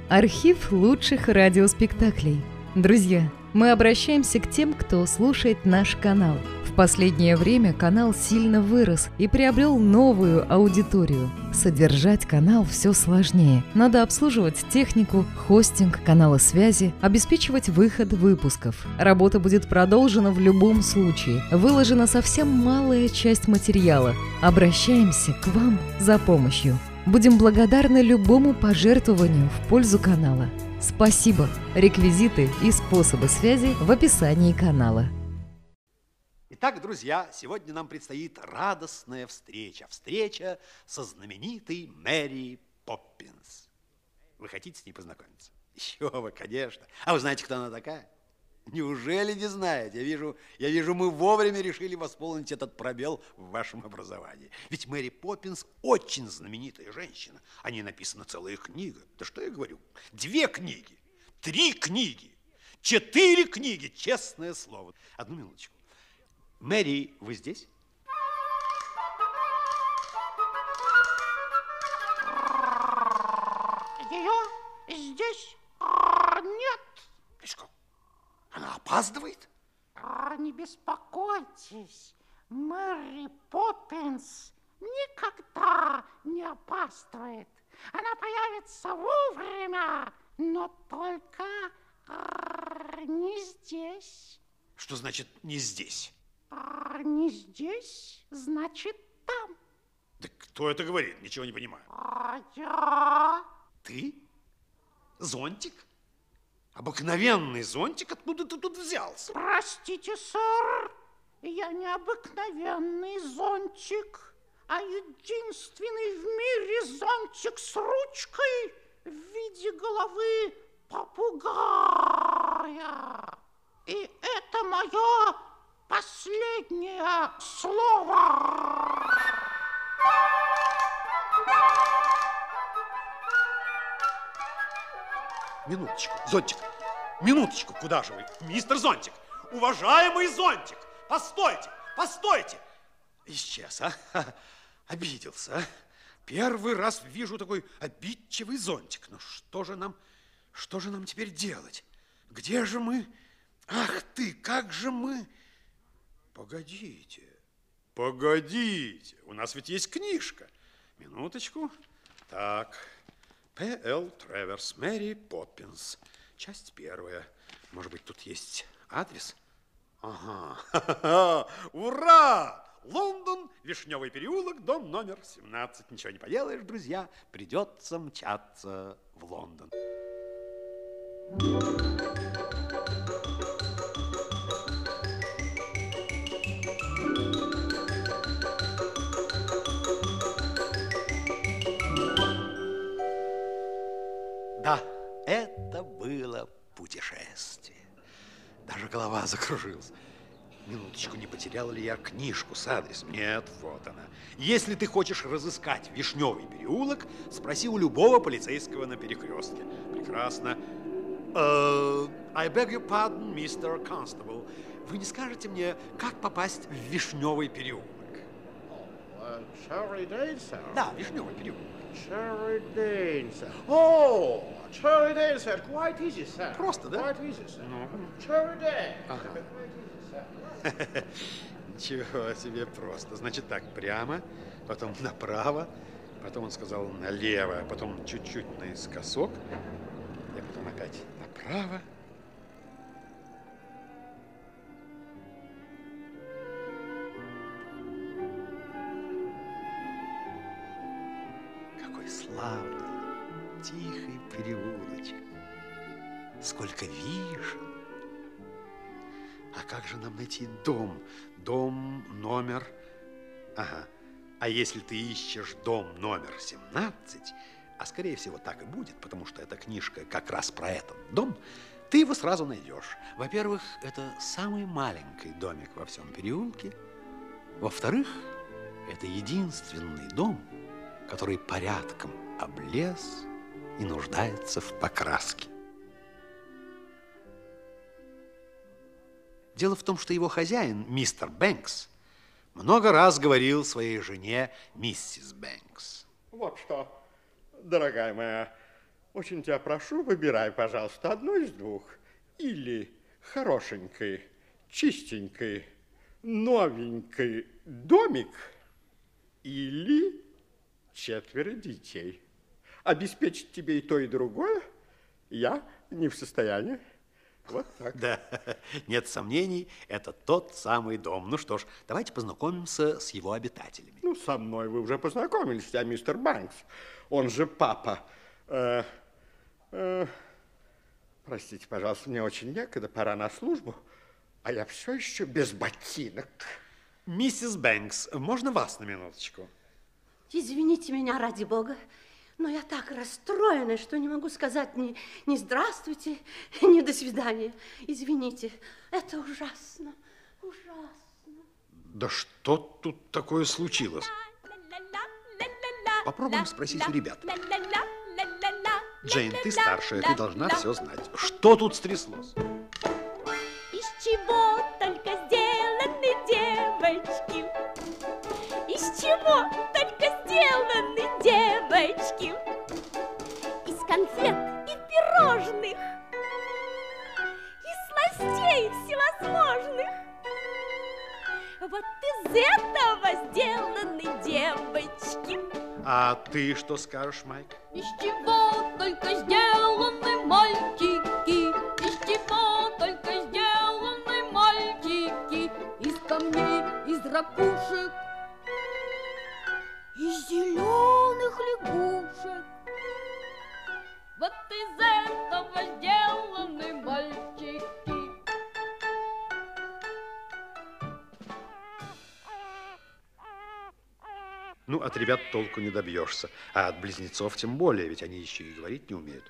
Архив лучших радиоспектаклей. Друзья, мы обращаемся к тем, кто слушает наш канал. В последнее время канал сильно вырос и приобрел новую аудиторию. Содержать канал все сложнее. Надо обслуживать технику, хостинг, каналы связи, обеспечивать выход выпусков. Работа будет продолжена в любом случае. Выложена совсем малая часть материала. Обращаемся к вам за помощью. Будем благодарны любому пожертвованию в пользу канала. Спасибо! Реквизиты и способы связи в описании канала. Итак, друзья, сегодня нам предстоит радостная встреча. Встреча со знаменитой Мэри Поппинс. Вы хотите с ней познакомиться? Еще бы, конечно. А вы знаете, кто она такая? Неужели не знаете? Я вижу, мы вовремя решили восполнить этот пробел в вашем образовании. Ведь Мэри Поппинс очень знаменитая женщина. О ней написана целая книга. Да что я говорю? 2 книги, 3 книги, 4 книги, честное слово. Одну минуточку. Мэри, вы здесь? Ее здесь нет. Она опаздывает? Не беспокойтесь, Мэри Поппинс никогда не опаздывает. Она появится вовремя, но только не здесь. Что значит «не здесь»? Не здесь, значит там. Да кто это говорит? Ничего не понимаю. Я. Ты? Зонтик? Обыкновенный зонтик? Откуда ты тут взялся? Простите, сэр, я не обыкновенный зонтик, а единственный в мире зонтик с ручкой в виде головы попугая. И это мое последнее слово. Минуточку, зонтик, минуточку, куда же вы? Мистер Зонтик, уважаемый зонтик, постойте, постойте. Исчез, а? Обиделся, а? Первый раз вижу такой обидчивый зонтик. Ну что же нам теперь делать? Где же мы? Ах ты, как же мы? Погодите, у нас ведь есть книжка. Минуточку, так... П.Л. Треверс, Мэри Поппинс. Часть 1. Может быть, тут есть адрес? Ага. Ура! Лондон, Вишневый переулок, дом номер 17. Ничего не поделаешь, друзья. Придется мчаться в Лондон. Да, это было путешествие. Даже голова закружилась. Минуточку, не потерял ли я книжку с адресом? Нет, вот она. Если ты хочешь разыскать Вишневый переулок, спроси у любого полицейского на перекрестке. Прекрасно. I beg your pardon, Mr. Constable. Вы не скажете мне, как попасть в Вишневый переулок? Cherry Dane, sir. Да, Вишневый переулок. Cherry Dane, sir. Oh, Cherry Dane, sir. Quite easy, sir. Просто, да? Quite easy, sir. Cherry Dane. Ага. Quite easy, sir. Ничего себе просто. Значит так, прямо, потом направо, потом он сказал налево, потом чуть-чуть наискосок, и потом опять направо. Какой славный, тихий переулочек. Сколько вишен. А как же нам найти дом? Дом номер... Ага. А если ты ищешь дом номер 17, а скорее всего так и будет, потому что эта книжка как раз про этот дом, ты его сразу найдешь. Во-первых, это самый маленький домик во всем переулке. Во-вторых, это единственный дом, который порядком облез и нуждается в покраске. Дело в том, что его хозяин, мистер Бэнкс, много раз говорил своей жене, миссис Бэнкс. Вот что, дорогая моя, очень тебя прошу, выбирай, пожалуйста, одно из двух. Или хорошенький, чистенький, новенький домик, или 4 детей. Обеспечить тебе и то, и другое я не в состоянии. Вот так. Да, нет сомнений, это тот самый дом. Ну что ж, давайте познакомимся с его обитателями. Ну, со мной вы уже познакомились, я мистер Банкс, он же папа. Простите, пожалуйста, мне очень некогда, пора на службу, а я все еще без ботинок. Миссис Бэнкс, можно вас на минуточку? Извините меня, ради бога, но я так расстроена, что не могу сказать ни здравствуйте, ни до свидания. Извините, это ужасно, ужасно. Да что тут такое случилось? Попробуем спросить у ребят. Джейн, ты старшая, ты должна все знать. Что тут стряслось? Из чего только сделаны девочки? Из чего только сделаны девочки? Из конфет и пирожных, из сластей всевозможных. Вот из этого сделаны девочки. А ты что скажешь, Майк? Из чего только сделаны мальчики? Из чего только сделаны мальчики? Из камней, из ракушек, из зеленых лягушек. Вот из этого сделаны мальчики. Ну, от ребят толку не добьешься, а от близнецов тем более, ведь они еще и говорить не умеют.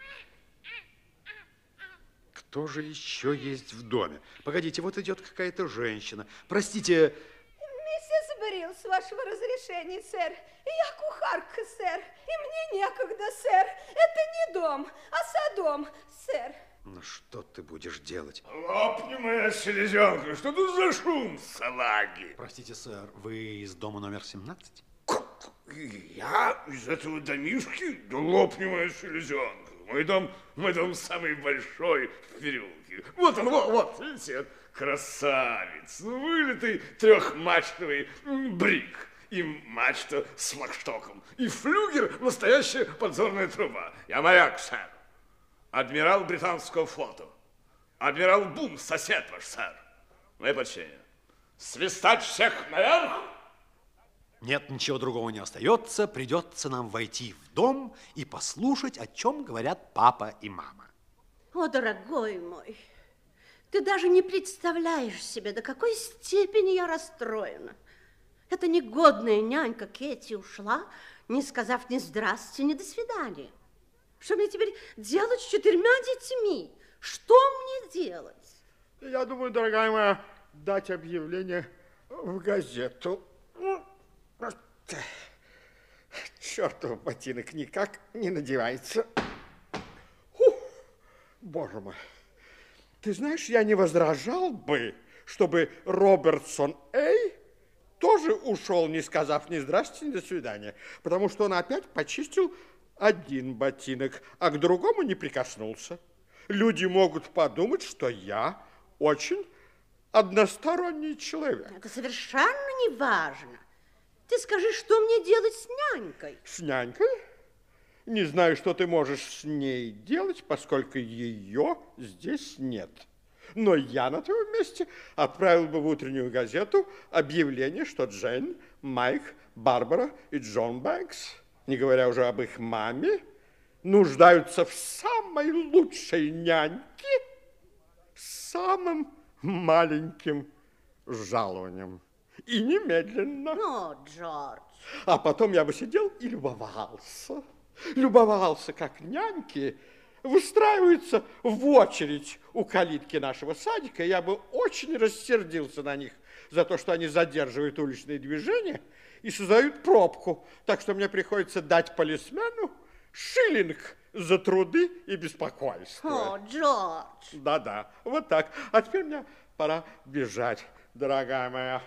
Кто же еще есть в доме? Погодите, вот идет какая-то женщина. Простите... Миссис Брилл, с вашего разрешения, сэр. Я кухарка, сэр. И мне некогда, сэр. Это не дом, а садом, сэр. Ну, что ты будешь делать? Лопни, моя селезенка, что тут за шум, салаги? Простите, сэр, вы из дома номер 17? Я из этого домишки? Да лопни, моя селезенка. Мой дом самый большой в переулке. Вот он, вот, видите, красавец, вылитый трехмачтовый брик. И мачта с флагштоком. И флюгер, настоящая подзорная труба. Я моряк, сэр. Адмирал британского флота. Адмирал Бум, сосед ваш, сэр. Мое почтение. Свистать всех наверх? Нет, ничего другого не остается. Придется нам войти в дом и послушать, о чем говорят папа и мама. О, дорогой мой, ты даже не представляешь себе, до какой степени я расстроена. Эта негодная нянька Кэти ушла, не сказав ни здрасте, ни до свидания. Что мне теперь делать с 4 детьми? Что мне делать? Я думаю, дорогая моя, дать объявление в газету. Чертов ботинок никак не надевается. Боже мой. Ты знаешь, я не возражал бы, чтобы Робертсон Эй тоже ушел, не сказав ни здрасте, ни до свидания, потому что он опять почистил один ботинок, а к другому не прикоснулся. Люди могут подумать, что я очень односторонний человек. Это совершенно не важно. Ты скажи, что мне делать с нянькой? С нянькой? Не знаю, что ты можешь с ней делать, поскольку ее здесь нет. Но я на твоем месте отправил бы в утреннюю газету объявление, что Джейн, Майк, Барбара и Джон Бэнкс, не говоря уже об их маме, нуждаются в самой лучшей няньке с самым маленьким жалованием. И немедленно. О, Джордж. А потом я бы сидел и любовался. Любовался, как няньки выстраиваются в очередь у калитки нашего садика. Я бы очень рассердился на них за то, что они задерживают уличные движения и создают пробку. Так что мне приходится дать полисмену шиллинг за труды и беспокойство. О, Джордж. Да-да, вот так. А теперь мне пора бежать, дорогая моя.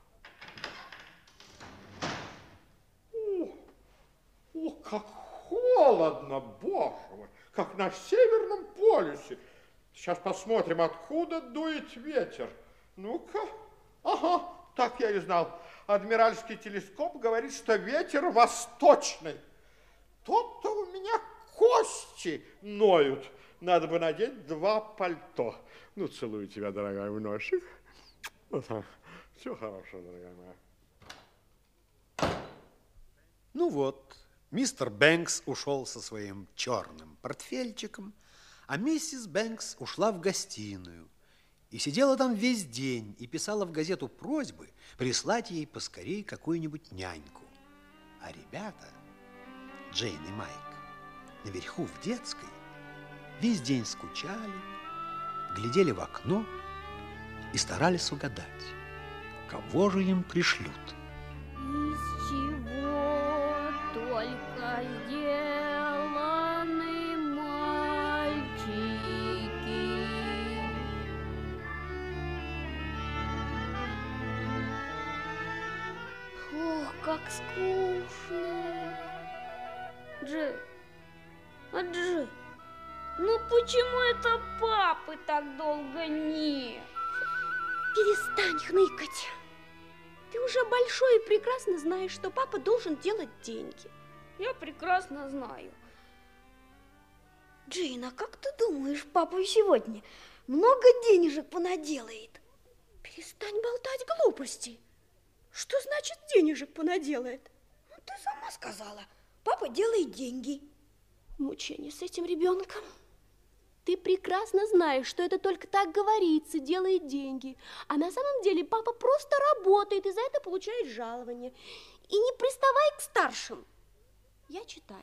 О, как холодно, боже мой, как на Северном полюсе. Сейчас посмотрим, откуда дует ветер. Ну-ка, ага, так я и знал. Адмиральский телескоп говорит, что ветер восточный. То-то у меня кости ноют. Надо бы надеть 2 пальто. Ну, целую тебя, дорогая, в носик. Вот так. Всего хорошего, дорогая моя. Ну вот, мистер Бэнкс ушел со своим черным портфельчиком, а миссис Бэнкс ушла в гостиную и сидела там весь день и писала в газету просьбы прислать ей поскорей какую-нибудь няньку. А ребята, Джейн и Майк, наверху в детской весь день скучали, глядели в окно и старались угадать, кого же им пришлют. Из чего только сделаны мальчики. Ох, как скучно. Джей, Джей, ну почему это папы так долго нет? Перестань хныкать. Ты уже большой и прекрасно знаешь, что папа должен делать деньги. Я прекрасно знаю. Джейн, а как ты думаешь, папа сегодня много денежек понаделает? Перестань болтать глупости. Что значит денежек понаделает? Ну, ты сама сказала, папа делает деньги. Мучение с этим ребенком. Ты прекрасно знаешь, что это только так говорится, делает деньги. А на самом деле папа просто работает и за это получает жалование. И не приставай к старшим. Я читаю.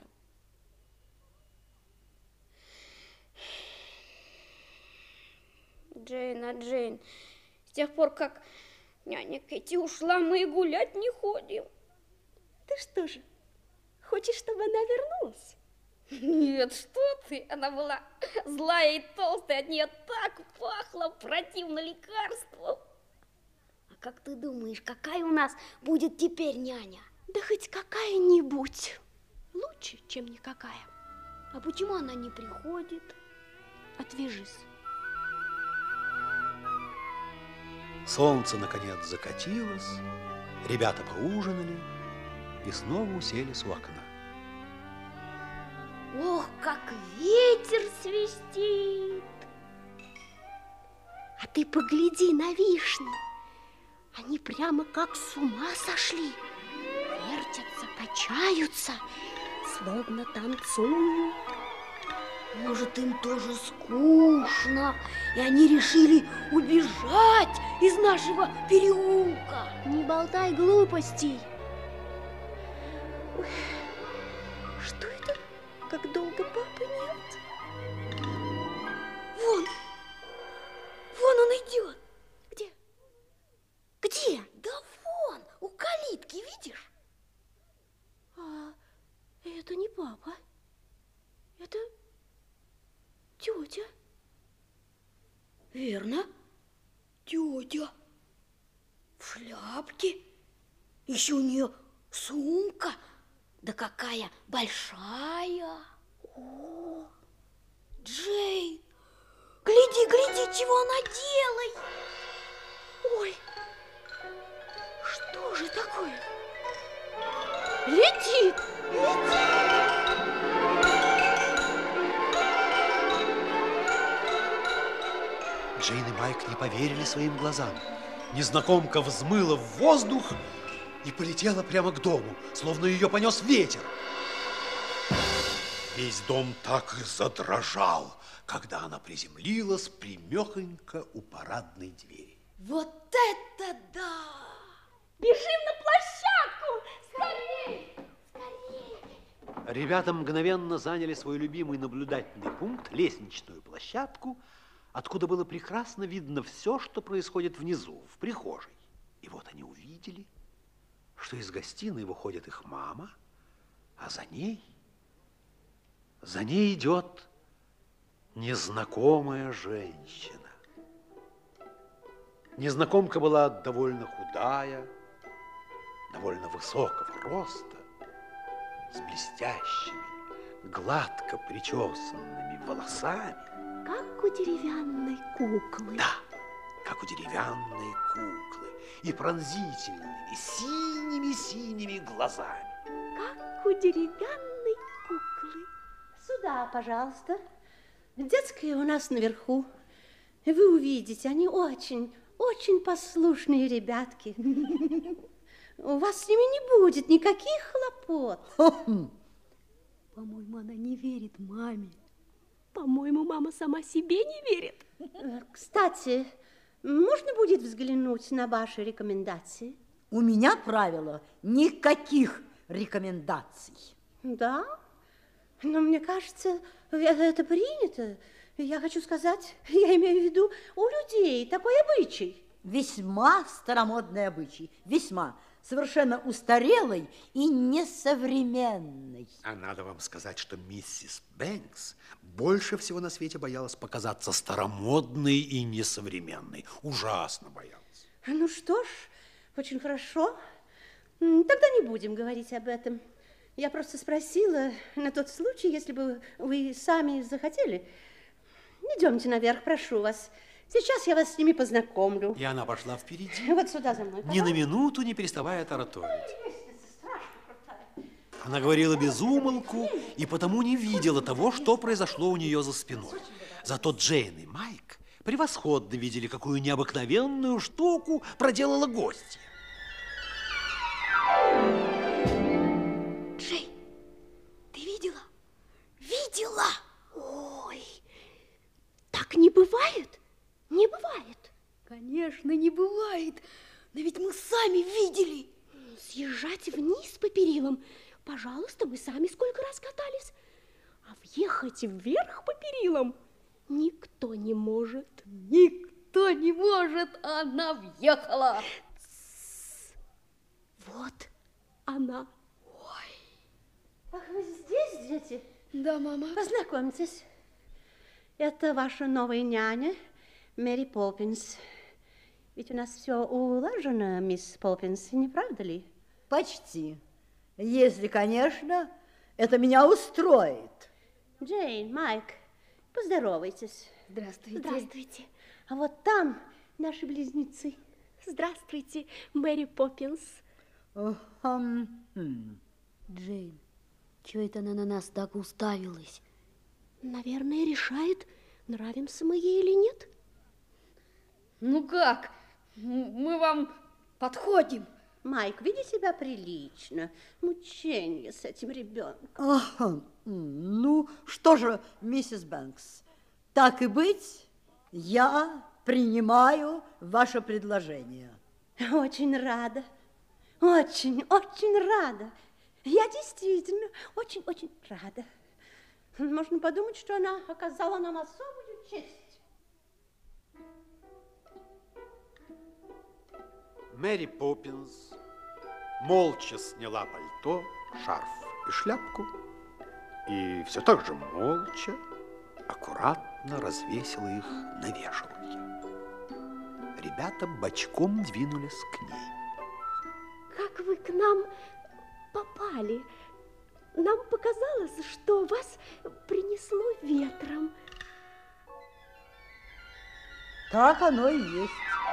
Джейн, с тех пор, как няня Кэти ушла, мы и гулять не ходим. Ты что же, хочешь, чтобы она вернулась? Нет, что ты, она была злая и толстая, от нее так пахло противно лекарством. А как ты думаешь, какая у нас будет теперь няня? Да хоть какая-нибудь. Лучше, чем никакая. А почему она не приходит? Отвяжись. Солнце, наконец, закатилось, ребята поужинали и снова уселись у окна. Ох, как ветер свистит! А ты погляди на вишни. Они прямо как с ума сошли. Вертятся, качаются, словно танцуют. Может, им тоже скучно, и они решили убежать из нашего переулка. Не болтай глупостей. Ой, что это? Как долго папы нет? Вон он идет. Где? Где? Да вон, у калитки, видишь? А это не папа, это тетя. Верно, тетя. В шляпке. Еще у нее сумка. Да какая большая! О, Джейн, гляди, чего она делает! Ой, что же такое? Летит! Джейн и Майк не поверили своим глазам. Незнакомка взмыла в воздух и полетела прямо к дому, словно ее понес ветер. Весь дом так и задрожал, когда она приземлилась примехонько у парадной двери. Вот это да! Бежим на площадку! Скорей! Ребята мгновенно заняли свой любимый наблюдательный пункт, лестничную площадку, откуда было прекрасно видно все, что происходит внизу, в прихожей. И вот они увидели, что из гостиной выходит их мама, а за ней идет незнакомая женщина. Незнакомка была довольно худая, довольно высокого роста, с блестящими гладко причесанными волосами. Как у деревянной куклы. Да, как у деревянной куклы. И пронзительными, синими-синими глазами. Как у деревянной куклы. Сюда, пожалуйста. Детская у нас наверху. Вы увидите, они очень послушные ребятки. У вас с ними не будет никаких хлопот. По-моему, она не верит маме. По-моему, мама сама себе не верит. Кстати, можно будет взглянуть на ваши рекомендации? У меня правило никаких рекомендаций. Да? Но мне кажется, это принято. Я хочу сказать, я имею в виду, у людей такой обычай. Весьма старомодный обычай, весьма. Совершенно устарелый и несовременный. А надо вам сказать, что миссис Бэнкс больше всего на свете боялась показаться старомодной и несовременной. Ужасно боялась. Ну что ж, очень хорошо. Тогда не будем говорить об этом. Я просто спросила на тот случай, если бы вы сами захотели. Идемте наверх, прошу вас. Сейчас я вас с ними познакомлю. И она пошла впереди. Вот сюда за мной. Ни на минуту не переставая тараторить. Она говорила без умолку и потому не видела того, что произошло у нее за спиной. Зато Джейн и Майк превосходно видели, какую необыкновенную штуку проделала гостья. Джейн, ты видела? Видела? Ой, так не бывает. Не бывает. Конечно, не бывает. Но ведь мы сами видели. Съезжать вниз по перилам. Пожалуйста, мы сами сколько раз катались. А въехать вверх по перилам никто не может. Никто не может. Она въехала. Вот она. Ой. Ах, вы здесь, дети? Да, мама. Познакомьтесь. Это ваша новая няня, Мэри Поппинс. Ведь у нас все улажено, мисс Поппинс, не правда ли? Почти. Если, конечно, это меня устроит. Джейн, Майк, поздоровайтесь. Здравствуйте. Здравствуйте. А вот там наши близнецы. Здравствуйте, Мэри Поппинс. Джейн, чего это она на нас так уставилась? Наверное, решает, нравимся мы ей или нет. Ну как? Мы вам подходим. Майк, веди себя прилично. Мучение с этим ребенком. Ну, что же, миссис Бэнкс, так и быть, я принимаю ваше предложение. Очень рада. Очень рада. Я действительно очень рада. Можно подумать, что она оказала нам особую честь. Мэри Поппинс молча сняла пальто, шарф и шляпку и все так же молча, аккуратно развесила их на вешалке. Ребята бочком двинулись к ней. Как вы к нам попали? Нам показалось, что вас принесло ветром. Так оно и есть.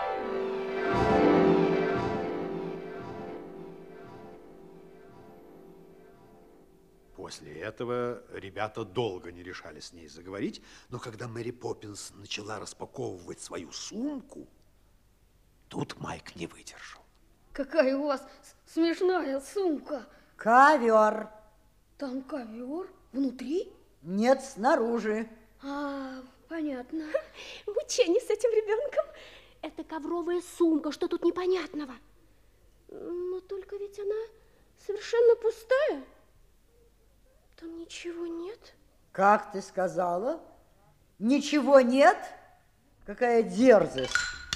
После этого ребята долго не решались с ней заговорить, но когда Мэри Поппинс начала распаковывать свою сумку, тут Майк не выдержал. Какая у вас смешная сумка. Ковер. Там ковер? Внутри? Нет, снаружи. А, понятно. Мучение с этим ребенком. Это ковровая сумка, что тут непонятного? Но только ведь она совершенно пустая. Там ничего нет. Как ты сказала? Ничего нет? Какая дерзость.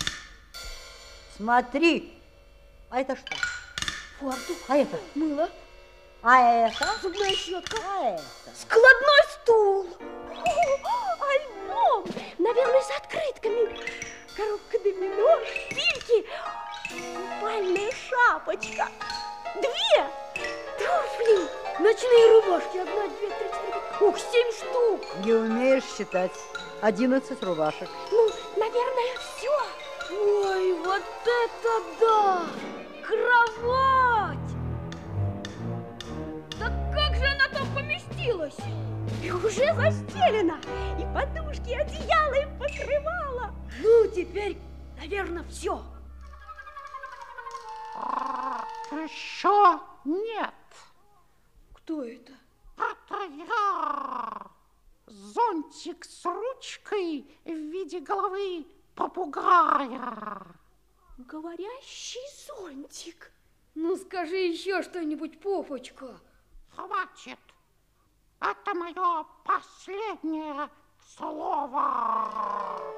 Смотри. А это что? Фартук. А это? Мыло. А это? Зубная щетка. А это? Складной стул. Альбом. Наверное, с открытками. Коробка домино, шпильки. Купальная шапочка. 2 туфли. Ночные рубашки. 1, 2, 3, 4, 5. штук. Не умеешь считать. 11 рубашек. Ну, наверное, все. Ой, вот это да! Кровать! Да как же она там поместилась? И уже застелена. И подушки, и одеяло, и покрывало. Ну, теперь, наверное, все. Еще нет. Кто это? Это я. Зонтик с ручкой в виде головы попугая. Говорящий зонтик. Ну, скажи еще что-нибудь, Попочка. Хватит. Это мое последнее слово.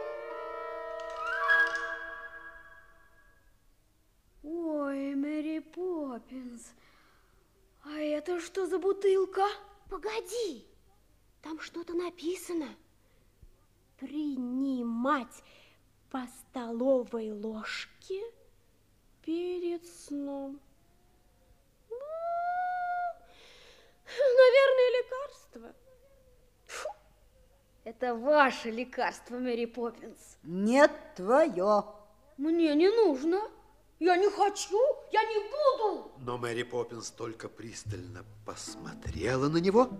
Ой, Мэри Поппинс, а это что за бутылка? Погоди, там что-то написано. Принимать по столовой ложке перед сном. Наверное, лекарство. Фу. Это ваше лекарство, Мэри Поппинс. Нет, твое. Мне не нужно. Я не хочу, я не буду. Но Мэри Поппинс только пристально посмотрела на него.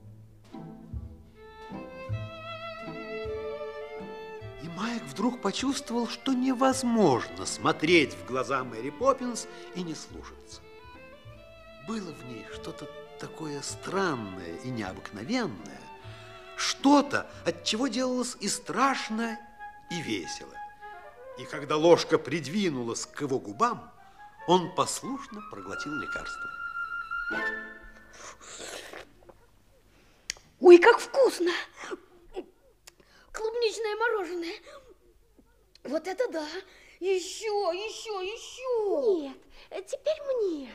И Майк вдруг почувствовал, что невозможно смотреть в глаза Мэри Поппинс и не слушаться. Было в ней что-то такое странное и необыкновенное, что-то, от чего делалось и страшно, и весело. И когда ложка придвинулась к его губам, он послушно проглотил лекарство. Ой, как вкусно! Клубничное мороженое. Вот это да! Еще, еще, еще! Нет, теперь мне.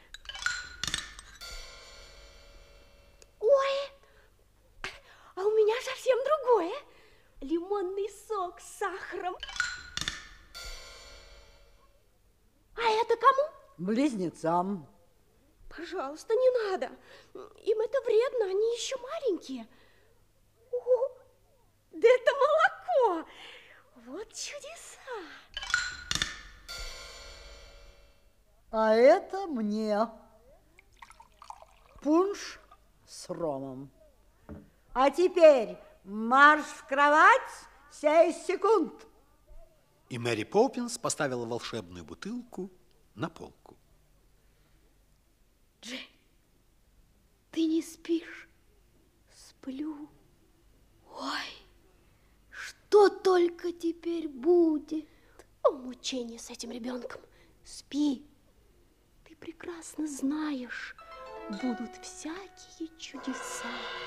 Ой, а у меня совсем другое. Лимонный сок с сахаром. А это кому? Близнецам. Пожалуйста, не надо. Им это вредно, они еще маленькие. О, да это молоко! Вот чудеса! А это мне. Пунш с ромом. А теперь марш в кровать 6 секунд. И Мэри Поппинс поставила волшебную бутылку на полку. Джейн, ты не спишь? Сплю. Ой, что только теперь будет? О, мучение с этим ребенком. Спи. Ты прекрасно знаешь, будут всякие чудеса.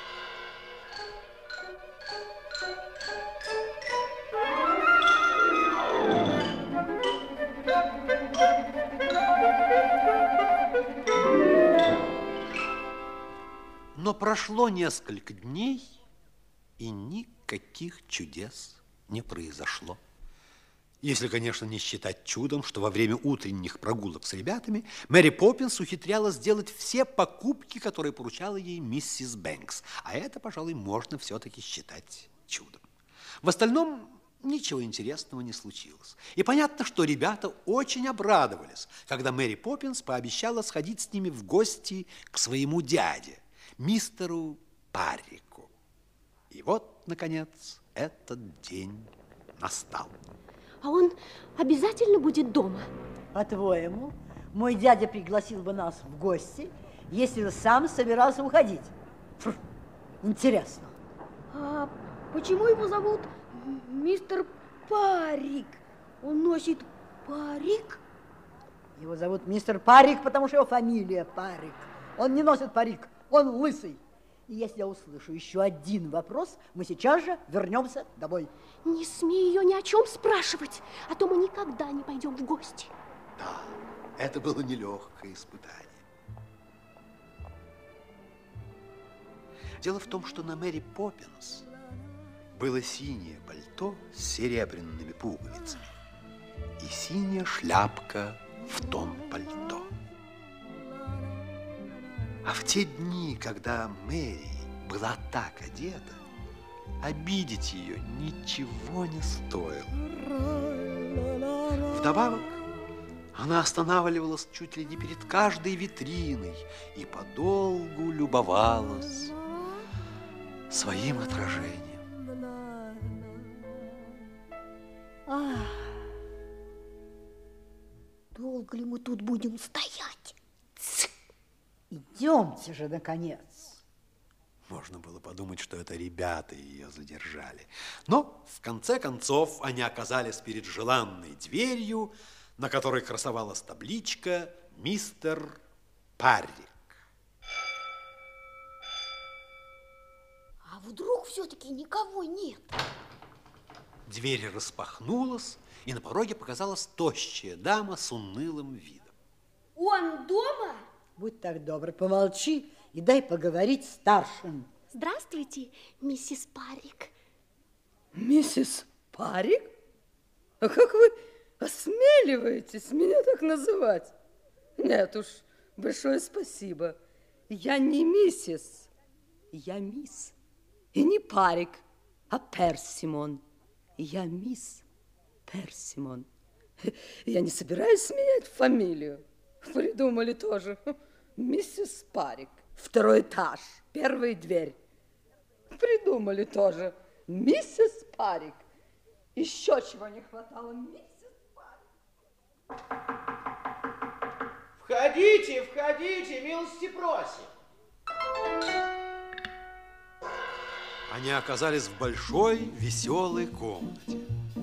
Но прошло несколько дней, и никаких чудес не произошло. Если, конечно, не считать чудом, что во время утренних прогулок с ребятами Мэри Поппинс ухитрялась сделать все покупки, которые поручала ей миссис Бэнкс. А это, пожалуй, можно все-таки считать чудом. В остальном ничего интересного не случилось. И понятно, что ребята очень обрадовались, когда Мэри Поппинс пообещала сходить с ними в гости к своему дяде, мистеру Паррику. И вот, наконец, этот день настал. А он обязательно будет дома? По-твоему, мой дядя пригласил бы нас в гости, если бы сам собирался уходить? Фу, интересно. А почему его зовут мистер Паррик? Он носит парик? Его зовут мистер Паррик, потому что его фамилия Паррик. Он не носит парик, он лысый. И если я услышу еще один вопрос, мы сейчас же вернемся домой. Не смей ее ни о чем спрашивать, а то мы никогда не пойдем в гости. Да, это было нелегкое испытание. Дело в том, что на Мэри Поппинс было синее пальто с серебряными пуговицами и синяя шляпка в тон пальто. А в те дни, когда Мэри была так одета, обидеть ее ничего не стоило. Вдобавок, она останавливалась чуть ли не перед каждой витриной и подолгу любовалась своим отражением. Долго ли мы тут будем стоять? Идемте же, наконец. Можно было подумать, что это ребята ее задержали. Но, в конце концов, они оказались перед желанной дверью, на которой красовалась табличка «Мистер Паррик». А вдруг все-таки никого нет? Дверь распахнулась, и на пороге показалась тощая дама с унылым видом. Он дома? Будь так добр, помолчи и дай поговорить старшим. Здравствуйте, миссис Паррик. Миссис Паррик? А как вы осмеливаетесь меня так называть? Нет уж, большое спасибо. Я не миссис, я мисс. И не Паррик, а Персимон. Я мисс Персимон. Я не собираюсь менять фамилию. Придумали тоже. Миссис Паррик. Второй этаж, первая дверь. Придумали тоже. Миссис Паррик. Еще чего не хватало. Миссис Паррик. Входите, входите, милости просим. Они оказались в большой, веселой комнате.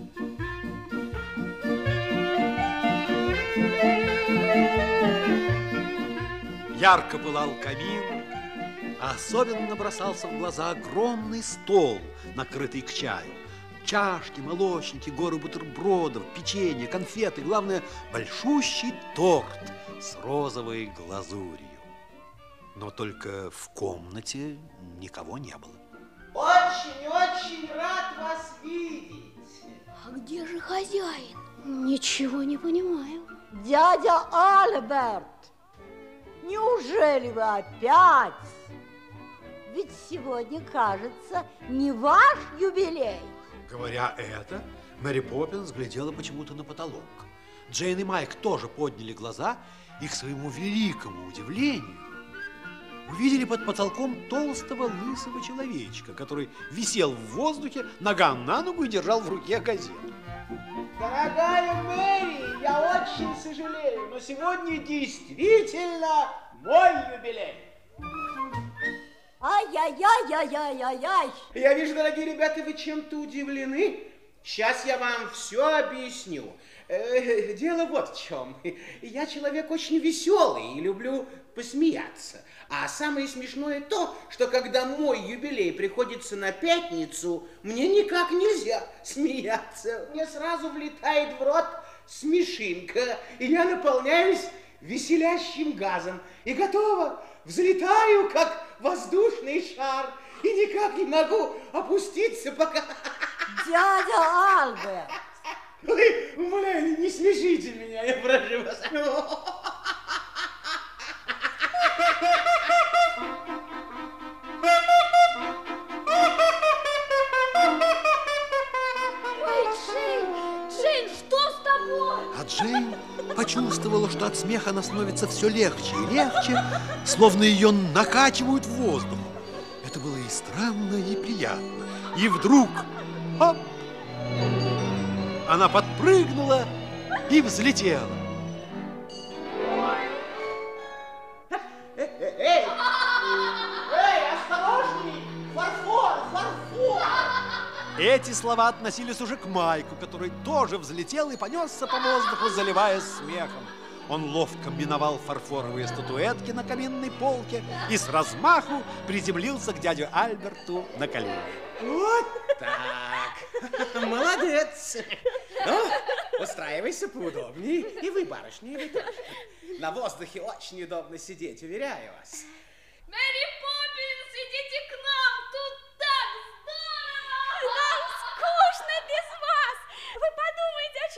Ярко пылал камин, а особенно бросался в глаза огромный стол, накрытый к чаю. Чашки, молочники, горы бутербродов, печенье, конфеты, главное, большущий торт с розовой глазурью. Но только в комнате никого не было. Очень рад вас видеть. А где же хозяин? Ничего не понимаю. Дядя Альберт, неужели вы опять? Ведь сегодня, кажется, не ваш юбилей. Говоря это, Мэри Поппинс глядела почему-то на потолок. Джейн и Майк тоже подняли глаза и, к своему великому удивлению, увидели под потолком толстого лысого человечка, который висел в воздухе, нога на ногу и держал в руке газету. Дорогая Мэри, я очень сожалею, но сегодня действительно мой юбилей. Ай-яй-яй-яй-яй-яй-яй. Я вижу, дорогие ребята, вы чем-то удивлены. Сейчас я вам все объясню. Дело вот в чем. Я человек очень веселый и люблю посмеяться. А самое смешное то, что когда мой юбилей приходится на пятницу, мне никак нельзя смеяться. Мне сразу влетает в рот смешинка, и я наполняюсь веселящим газом. И готово, взлетаю, как воздушный шар, и никак не могу опуститься, пока... Дядя Альберт! Вы, умоляю, не смешите меня, я прошу вас. Ой, Джейн, что с тобой? А Джейн почувствовала, что от смеха она становится все легче и легче, словно ее накачивают в воздух. Это было и странно, и приятно. И вдруг, хоп, она подпрыгнула и взлетела. Эй, осторожней! Фарфор! Эти слова относились уже к Майку, который тоже взлетел и понесся по воздуху, заливаясь смехом. Он ловко миновал фарфоровые статуэтки на каминной полке и с размаху приземлился к дяде Альберту на колени. Вот так. Молодец. Ну, устраивайся поудобнее. И вы, барышня, и вы тоже. На воздухе очень удобно сидеть, уверяю вас. Мэри Поппинс, идите к нам, тут так здорово! Нам скучно без вас. Вы подумайте о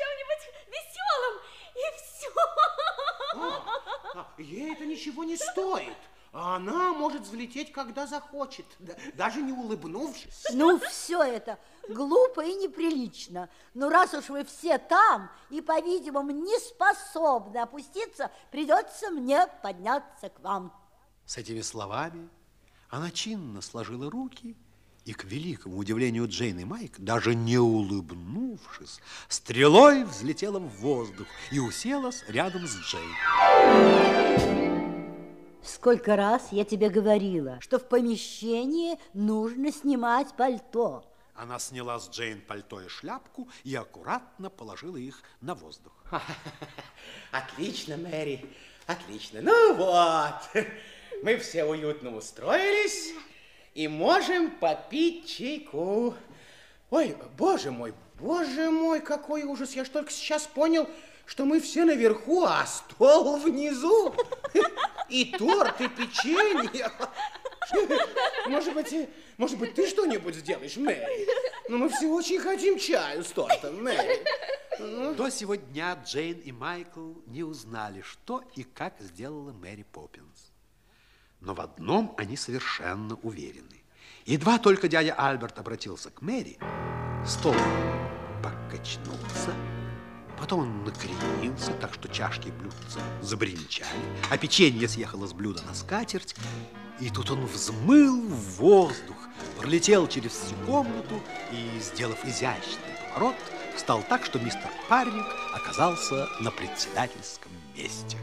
чем-нибудь веселом, и все. Ей это ничего не стоит. а она может взлететь, когда захочет, даже не улыбнувшись. Ну, все это глупо и неприлично. Но раз уж вы все там и, по-видимому, не способны опуститься, придется мне подняться к вам. С этими словами она чинно сложила руки и, к великому удивлению Джейн и Майк, даже не улыбнувшись, стрелой взлетела в воздух и уселась рядом с Джейн. Сколько раз я тебе говорила, что в помещении нужно снимать пальто. Она сняла с Джейн пальто и шляпку и аккуратно положила их на воздух. Отлично, Мэри, отлично. Ну вот, мы все уютно устроились и можем попить чайку. Ой, боже мой, какой ужас. Я ж только сейчас понял, что мы все наверху, а стол внизу. И торт, и печенье. Может быть, ты что-нибудь сделаешь, Мэри? Ну, мы все очень хотим чаю с тортом, Мэри. До сего дня Джейн и Майкл не узнали, что и как сделала Мэри Поппинс. Но в одном они совершенно уверены. Едва только дядя Альберт обратился к Мэри, стол покачнулся, потом он накренился, так что чашки и блюдца забринчали, а печенье съехало с блюда на скатерть, и тут он взмыл в воздух, пролетел через всю комнату и, сделав изящный поворот, встал так, что мистер Паррик оказался на председательском месте.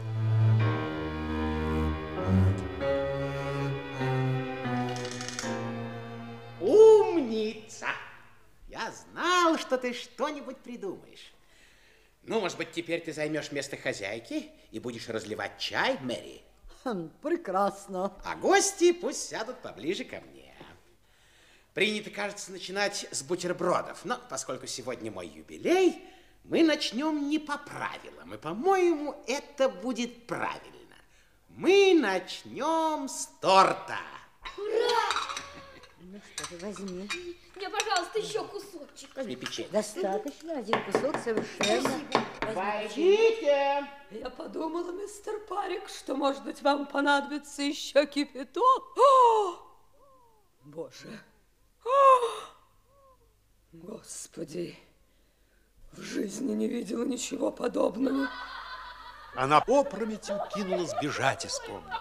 Умница! Я знал, что ты что-нибудь придумаешь. Ну, может быть, теперь ты займешь место хозяйки и будешь разливать чай, Мэри? Прекрасно. А гости пусть сядут поближе ко мне. Принято, кажется, начинать с бутербродов. Но поскольку сегодня мой юбилей, мы начнем не по правилам. И, по-моему, это будет правильно. Мы начнем с торта. Ура! Ну что же, возьми. Мне, пожалуйста, еще кусочек. Возьми печенье. Достаточно, один кусок совершенно. Войдите. Я подумала, мистер Паррик, что, может быть, вам понадобится еще кипяток. О! Боже! О! Господи! В жизни не видела ничего подобного. Она опрометью кинулась бежать из комнаты.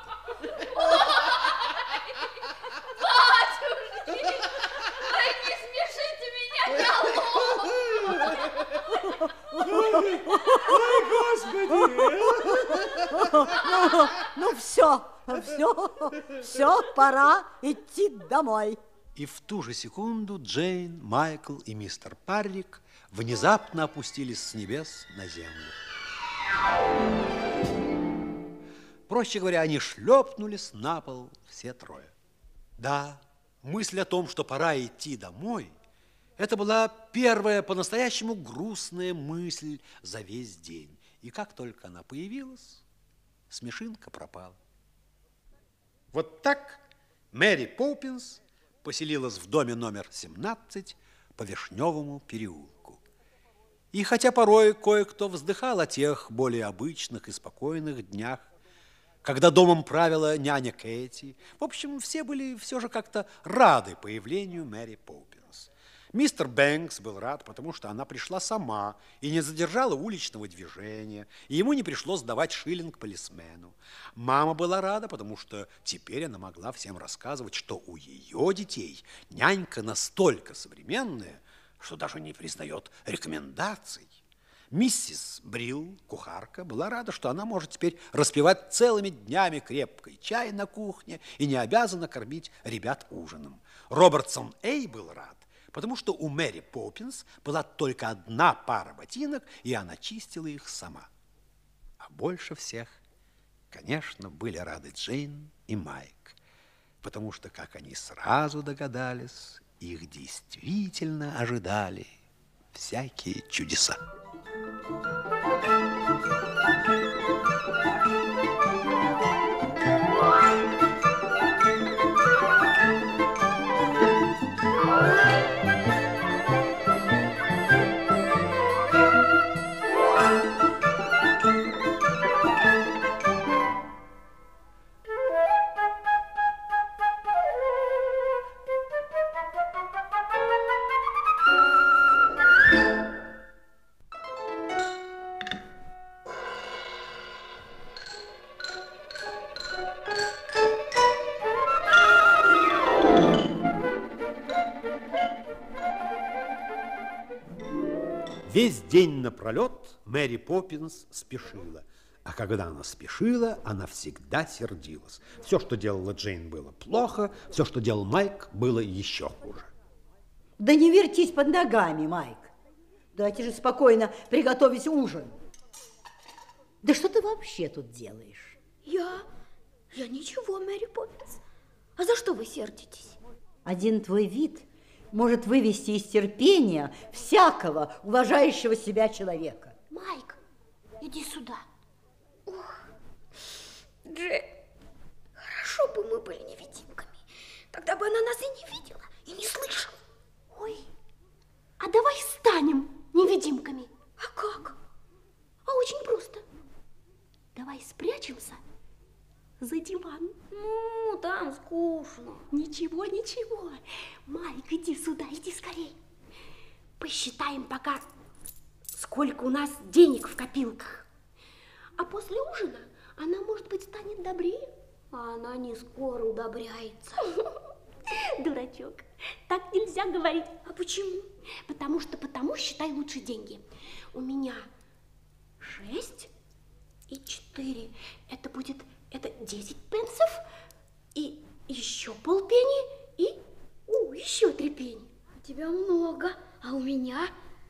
Ну все, пора идти домой. И в ту же секунду Джейн, Майкл и мистер Паррик внезапно опустились с небес на землю. Проще говоря, они шлепнулись на пол все трое. Да, мысль о том, что пора идти домой, это была первая по-настоящему грустная мысль за весь день. И как только она появилась, смешинка пропала. Вот так Мэри Поппинс поселилась в доме номер 17 по Вишневому переулку. И хотя порой кое-кто вздыхал о тех более обычных и спокойных днях, когда домом правила няня Кэти, в общем, все были все же как-то рады появлению Мэри Поппинс. Мистер Бэнкс был рад, потому что она пришла сама и не задержала уличного движения, и ему не пришлось давать шиллинг полисмену. Мама была рада, потому что теперь она могла всем рассказывать, что у ее детей нянька настолько современная, что даже не признает рекомендаций. Миссис Брилл, кухарка, была рада, что она может теперь распивать целыми днями крепкий чай на кухне и не обязана кормить ребят ужином. Робертсон Эй был рад, потому что у Мэри Поппинс была только одна пара ботинок, и она чистила их сама. А больше всех, конечно, были рады Джейн и Майк, потому что, как они сразу догадались, их действительно ожидали всякие чудеса. Весь день напролет Мэри Поппинс спешила. А когда она спешила, она всегда сердилась. Все, что делала Джейн, было плохо, все, что делал Майк, было еще хуже. Да не вертись под ногами, Майк. Давайте же спокойно приготовить ужин. Да что ты вообще тут делаешь? Я ничего, Мэри Поппинс. А за что вы сердитесь? Один твой вид может вывести из терпения всякого уважающего себя человека. Майк, иди сюда. Ох, Джей, хорошо бы мы были невидимками. Тогда бы она нас и не видела, и не слышала. Ой, а давай станем невидимками. А как? А очень просто. Давай спрячемся за диван. Ну, там скучно. Ничего, ничего. Майк, иди сюда, иди скорей. Посчитаем пока, сколько у нас денег в копилках. А после ужина она, может быть, станет добрее. А она не скоро удобряется. Дурачок, так нельзя говорить. А почему? Потому считай лучше деньги. У меня 6 и 4. Это будет 10 пенсов. И еще полпенни. И еще 3 пенни. У тебя много. А у меня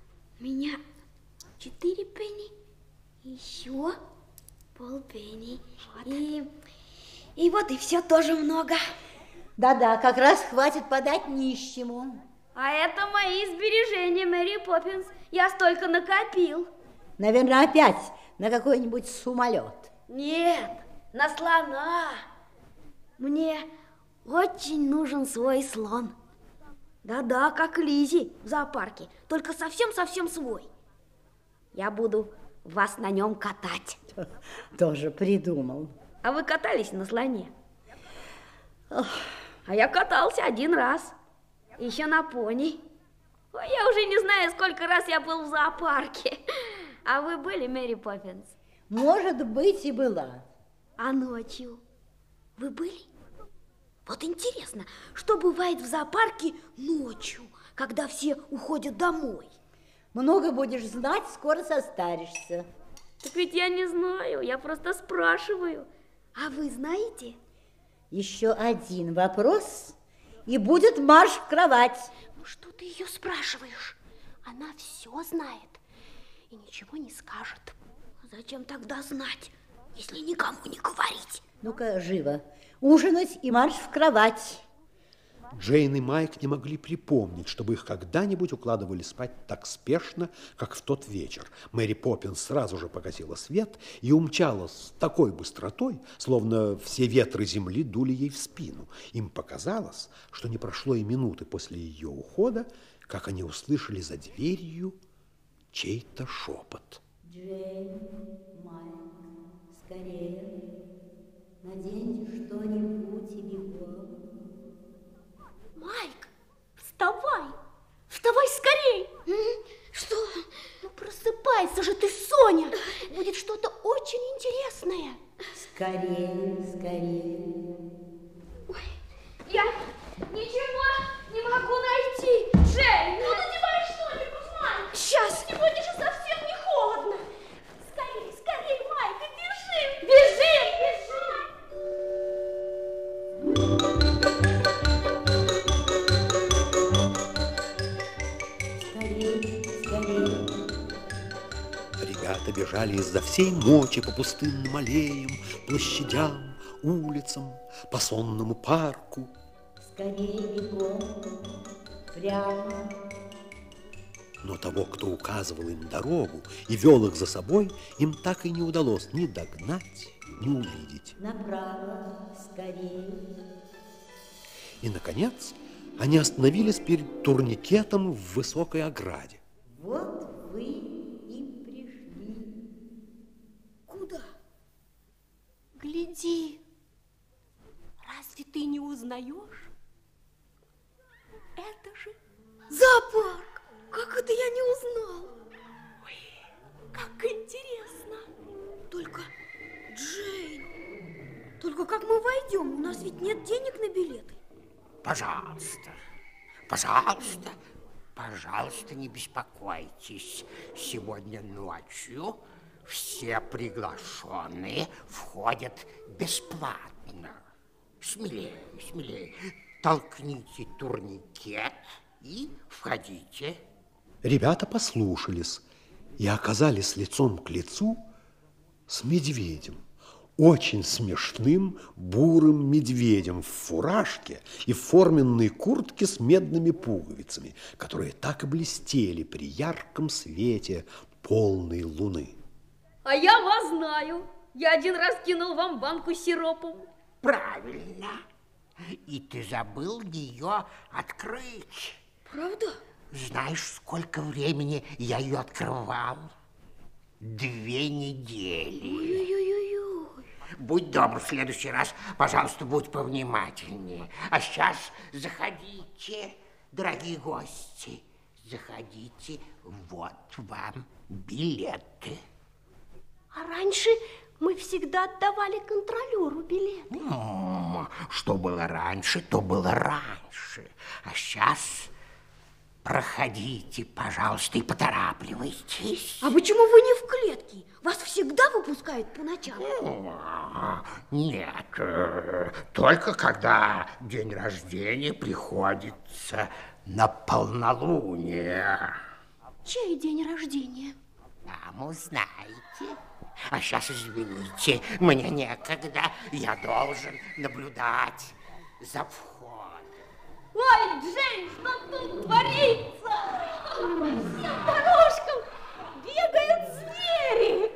4 пенни. Еще полпенни. Вот. И вот и все тоже много. Да-да, как раз хватит подать нищему. А это мои сбережения, Мэри Поппинс. Я столько накопил. Наверное, опять на какой-нибудь самолет. Нет, на слона. Мне очень нужен свой слон. Да-да, как Лизи в зоопарке, только совсем-совсем свой. Я буду вас на нем катать. Тоже придумал. А вы катались на слоне? А я катался 1 раз. Еще на пони. Ой, я уже не знаю, сколько раз я был в зоопарке. А вы были, Мэри Поппинс? Может быть, и была. А ночью вы были? Вот интересно, что бывает в зоопарке ночью, когда все уходят домой? Много будешь знать, скоро состаришься. Так ведь я не знаю, я просто спрашиваю. А вы знаете? Еще один вопрос, и будет марш в кровать. Ну что ты ее спрашиваешь? Она все знает и ничего не скажет. Зачем тогда знать, если никому не говорить? Ну-ка, живо. Ужинать и марш в кровать. Джейн и Майк не могли припомнить, чтобы их когда-нибудь укладывали спать так спешно, как в тот вечер. Мэри Поппинс сразу же погасила свет и умчалась с такой быстротой, словно все ветры земли дули ей в спину. Им показалось, что не прошло и минуты после ее ухода, как они услышали за дверью чей-то шепот. Джейн, Майк, скорее, наденьте что-нибудь и бегом. Майк, вставай! Вставай скорей! Что? Ну просыпайся же ты, Соня! Будет что-то очень интересное. Скорее, скорее. Ой, я ничего не могу найти. Джей, ну надевай что-нибудь, Майк. Сейчас. Сегодня же совсем не холодно. Скорей, скорей, Майк, и бежим. Бежим, бежим. Ребята бежали изо всей мочи по пустынным аллеям, площадям, улицам, по сонному парку. Скорее бегом, прямо. Но того, кто указывал им дорогу и вел их за собой, им так и не удалось ни догнать, ни увидеть. Направо, скорее. И, наконец, они остановились перед турникетом в высокой ограде. Вот вы и пришли. Куда? Гляди. Разве ты не узнаешь? Это же зоопарк. Как это я не узнал? Ой, как интересно. Только, Джейн, только как мы войдем? У нас ведь нет денег на билеты. Пожалуйста. Пожалуйста, пожалуйста, не беспокойтесь. Сегодня ночью все приглашенные входят бесплатно. Смелее, смелее. Толкните турникет и входите. Ребята послушались и оказались лицом к лицу с медведем. Очень смешным бурым медведем в фуражке и в форменной куртке с медными пуговицами, которые так и блестели при ярком свете полной луны. А я вас знаю. Я один раз кинул вам банку с сиропом. Правильно. И ты забыл ее открыть. Правда? Знаешь, сколько времени я ее открывал? 2 недели. Ой-ой-ой-ой. Будь добр, в следующий раз, пожалуйста, будь повнимательнее. А сейчас заходите, дорогие гости. Заходите, вот вам билеты. А раньше мы всегда отдавали контролеру билеты. Что было раньше, то было раньше. А сейчас проходите, пожалуйста, и поторапливайтесь. А почему вы не в клетке? Вас всегда выпускают по ночам? Нет, только когда день рождения приходится на полнолуние. Чей день рождения? Там узнаете. А сейчас, извините, мне некогда. Я должен наблюдать за входом. Ой, Джейн, что тут творится? Всем дорожкам бегают звери.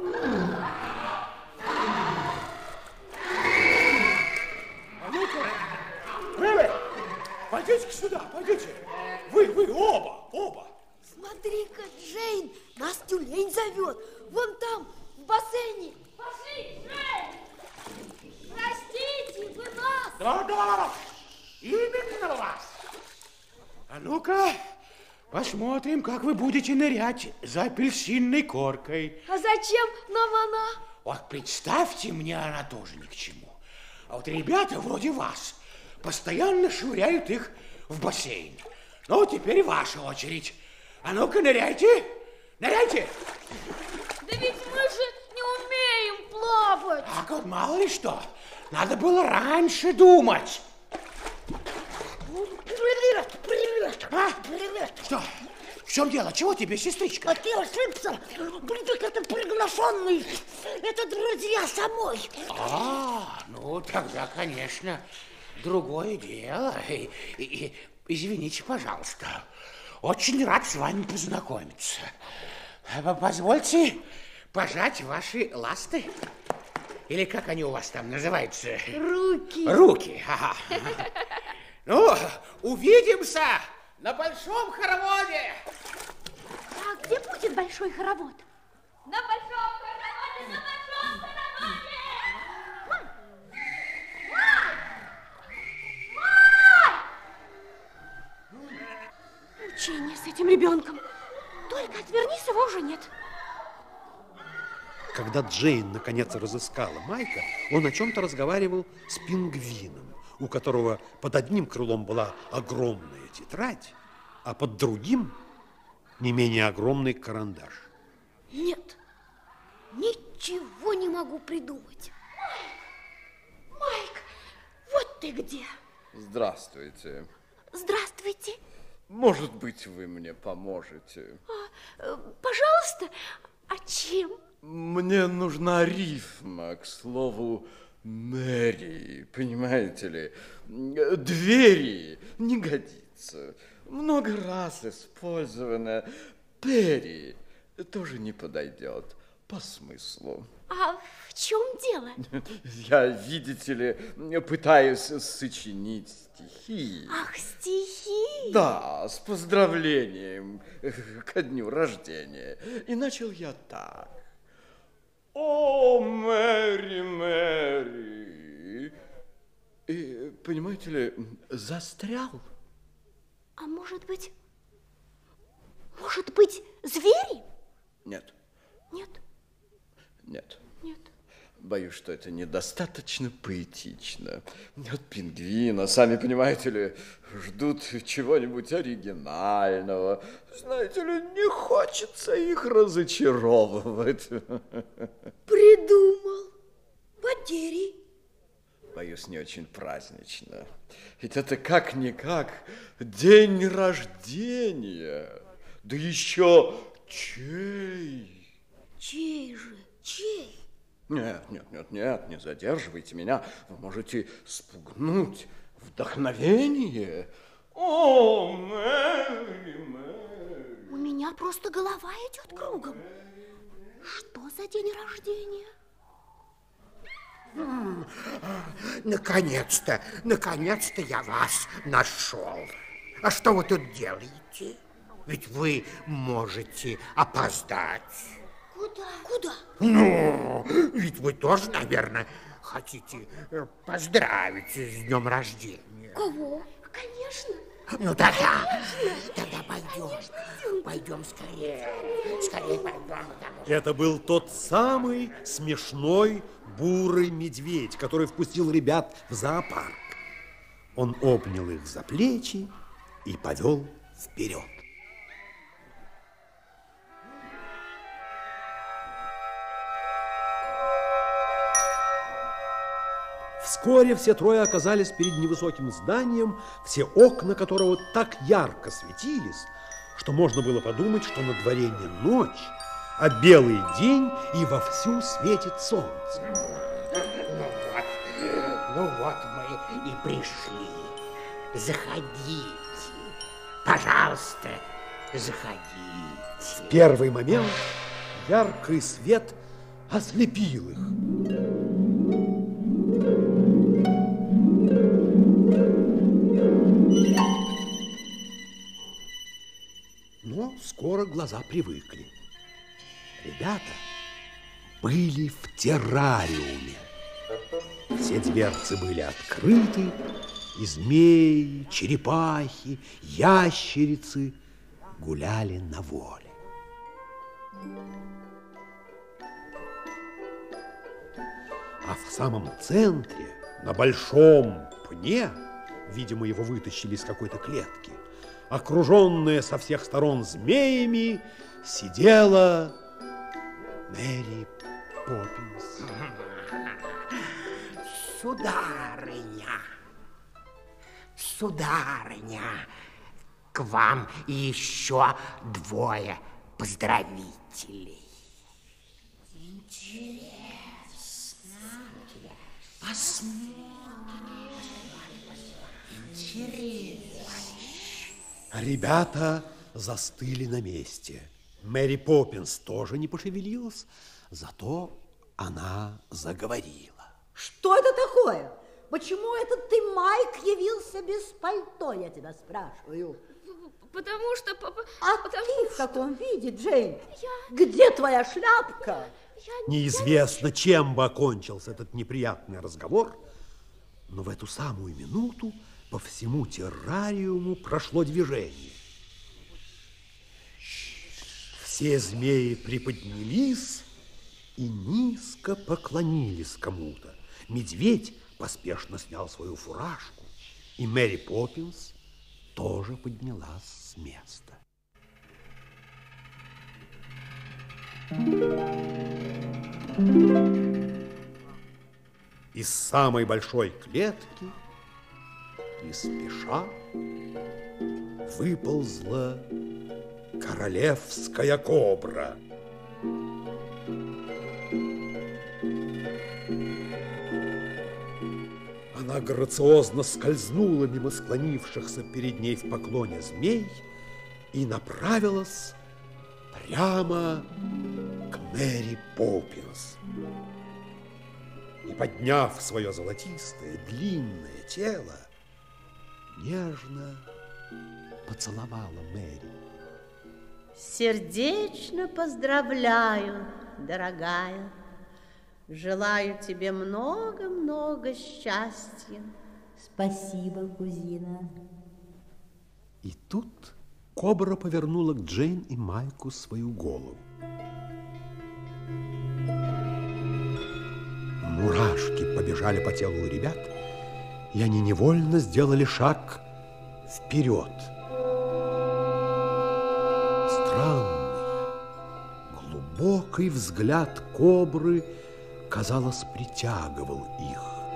А ну-ка, пойдите сюда, пойдите. Вы оба. Смотри-ка, Джейн, нас тюлень зовет. Вон там, в бассейне. Пошли, Джейн. Простите, вы нас. Да, именно вас. А ну-ка, посмотрим, как вы будете нырять за апельсинной коркой. А зачем нам она? Вот представьте, мне она тоже ни к чему. А вот ребята вроде вас постоянно швыряют их в бассейн. Ну, теперь ваша очередь. А ну-ка, ныряйте. Ныряйте. Да ведь мы же не умеем плавать. Так вот, мало ли что. Надо было раньше думать. А? Что? В чем дело? Чего тебе, сестричка? А ты ошибся. Это приглашенный. Это друзья самой. Ну тогда, конечно, другое дело. Извините, пожалуйста. Очень рад с вами познакомиться. Позвольте пожать ваши ласты. Или как они у вас там называются? Руки. Руки, ага. Ну, увидимся на большом хороводе. А где будет большой хоровод? На большом хороводе, на большом хороводе! Мучение с этим ребенком. Только отвернись, его уже нет. Когда Джейн наконец разыскала Майка, он о чем-то разговаривал с пингвином, у которого под одним крылом была огромная тетрадь, а под другим не менее огромный карандаш. Нет, ничего не могу придумать. Майк, вот ты где. Здравствуйте. Здравствуйте. Может быть, вы мне поможете? Пожалуйста, а чем? Мне нужна рифма, к слову, Мэри, понимаете ли? Двери не годится. Много раз использовано. Перри тоже не подойдет по смыслу. А в чем дело? Я, видите ли, пытаюсь сочинить стихи. Ах, стихи? Да, с поздравлением ко дню рождения. И начал я так. О, Мэри, Мэри. И, понимаете ли, застрял. А может быть, звери? Нет. Нет. Нет. Нет. Боюсь, что это недостаточно поэтично. От пингвина, сами понимаете ли, ждут чего-нибудь оригинального. Знаете ли, не хочется их разочаровывать. Придумал. Бадери. Боюсь, не очень празднично. Ведь это как-никак день рождения. Да еще чей? Чей же? Чей? Нет, не задерживайте меня. Вы можете спугнуть вдохновение. О, Мэри, Мэри. У меня просто голова идет кругом. Что за день рождения? Наконец-то я вас нашел. А что вы тут делаете? Ведь вы можете опоздать. Куда? Ну, ведь вы тоже, наверное, хотите поздравить с днем рождения. Кого? Конечно. Ну, тогда пойдем скорее. Скорее пойдем. Это был тот самый смешной бурый медведь, который впустил ребят в зоопарк. Он обнял их за плечи и повел вперед. Вскоре все трое оказались перед невысоким зданием, все окна которого так ярко светились, что можно было подумать, что на дворе не ночь, а белый день и вовсю светит солнце. Ну вот мы и пришли. Заходите. Пожалуйста, заходите. В первый момент яркий свет ослепил их. Но скоро глаза привыкли. Ребята были в террариуме. Все дверцы были открыты, и змеи, черепахи, ящерицы гуляли на воле. А в самом центре, на большом пне, видимо, его вытащили из какой-то клетки, окруженная со всех сторон змеями, сидела Мэри Поппинс. Сударыня, к вам еще двое поздравителей. Интересно. Посмотрим. Интересно. Ребята застыли на месте. Мэри Поппинс тоже не пошевелилась, зато она заговорила. Что это такое? Почему этот ты, Майк, явился без пальто, я тебя спрашиваю? Потому что... Ты в каком виде, Джейн? Где твоя шляпка? Неизвестно, чем бы окончился этот неприятный разговор, но в эту самую минуту по всему террариуму прошло движение. Все змеи приподнялись и низко поклонились кому-то. Медведь поспешно снял свою фуражку, и Мэри Поппинс тоже поднялась с места. Из самой большой клетки не спеша выползла королевская кобра. Она грациозно скользнула мимо склонившихся перед ней в поклоне змей и направилась прямо к Мэри Поппинс. И, подняв свое золотистое длинное тело, нежно поцеловала Мэри. Сердечно поздравляю, дорогая. Желаю тебе много-много счастья. Спасибо, кузина. И тут кобра повернула к Джейн и Майку свою голову. Мурашки побежали по телу ребят, и они невольно сделали шаг вперед. Странный, глубокий взгляд кобры, казалось, притягивал их.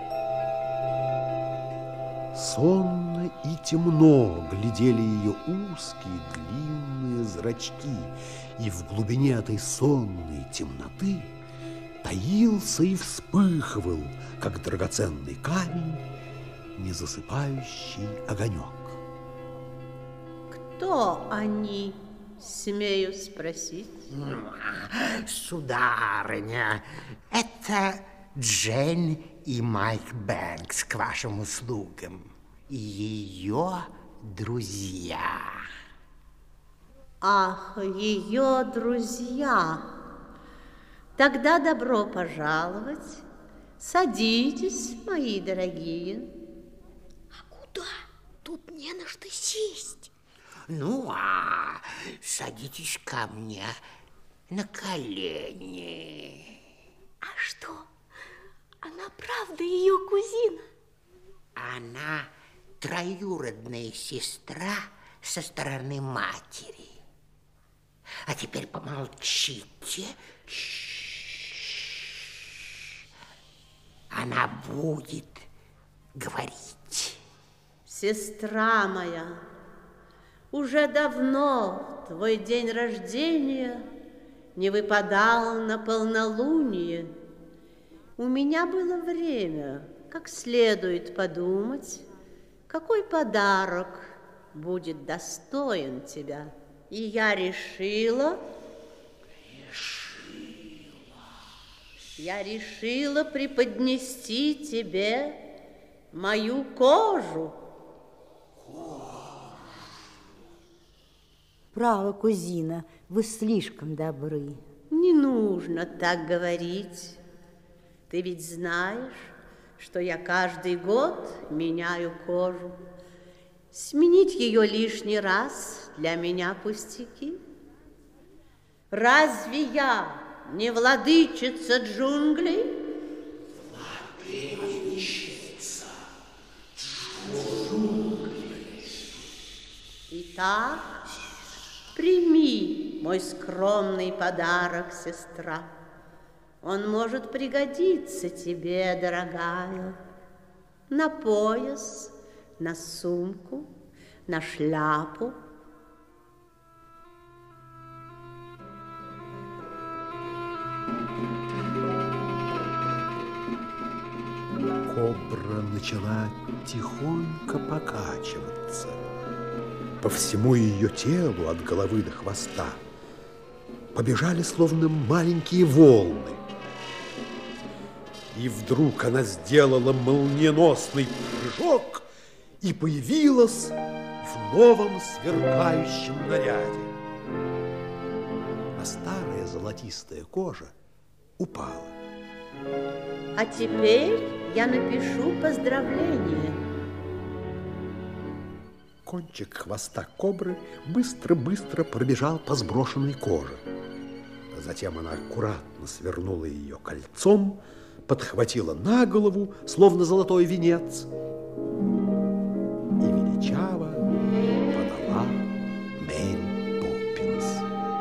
Сонно и темно глядели ее узкие длинные зрачки, и в глубине этой сонной темноты таился и вспыхивал, как драгоценный камень, незасыпающий огонек. Кто они, смею спросить? Сударыня, это Джейн и Майк Бэнкс к вашим услугам. Ее друзья. Ах, ее друзья. Тогда добро пожаловать. Садитесь, мои дорогие. А куда? Тут не на что сесть. Ну, садитесь ко мне на колени. А что? Она правда ее кузина? Она троюродная сестра со стороны матери. А теперь помолчите. Она будет говорить. Сестра моя, уже давно твой день рождения не выпадал на полнолуние. У меня было время как следует подумать, какой подарок будет достоин тебя. И я решила преподнести тебе мою кожу. Право, кузина, вы слишком добры. Не нужно так говорить. Ты ведь знаешь, что я каждый год меняю кожу. Сменить ее лишний раз для меня пустяки. Разве я не владычица джунглей? Владычица джунглей. Итак, прими мой скромный подарок, сестра. Он может пригодиться тебе, дорогая, на пояс, на сумку, на шляпу. Кобра начала тихонько покачиваться. По всему ее телу, от головы до хвоста, побежали словно маленькие волны. И вдруг она сделала молниеносный прыжок и появилась в новом сверкающем наряде. А старая золотистая кожа упала. А теперь я напишу поздравление. Кончик хвоста кобры быстро-быстро пробежал по сброшенной коже. Затем она аккуратно свернула ее кольцом, подхватила на голову, словно золотой венец, и величаво подала Мэри Поппинс.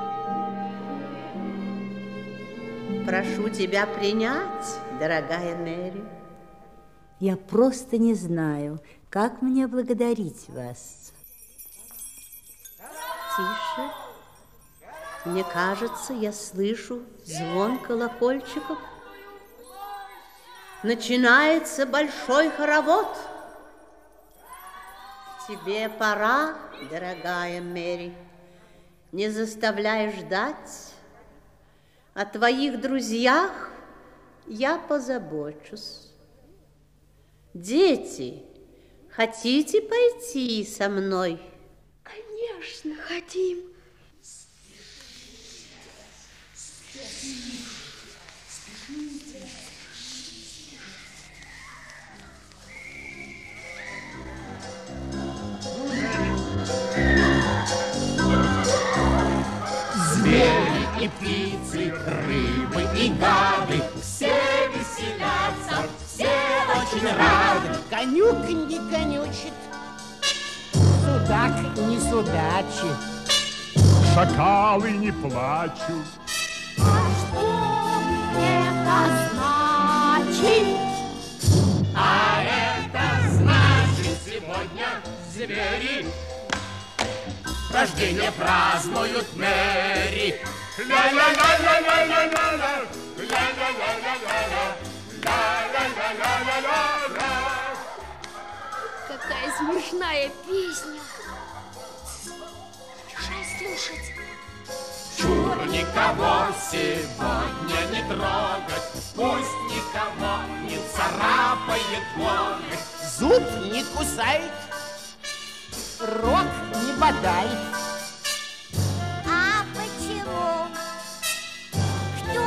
Прошу тебя принять, дорогая Мэри. Я просто не знаю, как мне благодарить вас. Тише. Мне кажется, я слышу звон колокольчиков. Начинается большой хоровод. Тебе пора, дорогая Мэри. Не заставляй ждать. О твоих друзьях я позабочусь. Дети, хотите пойти со мной? Конечно, хотим. Звери и птицы, рыбы и гады, все веселятся. рад. Конюк не конючит, судак не судачит. Шакалы не плачут. Это значит? А это значит, сегодня звери рождение празднуют Мэри. Ля-ля-ля-ля-ля-ля-ля-ля, ля-ля-ля-ля-ля-ля, ля-ля-ля-ля-ля-ля. Какая смешная песня. Мешай слушать. Чур никого сегодня не трогать, пусть никого не царапает ноготь. Зуб не кусает, рот не бодает. А почему? Кто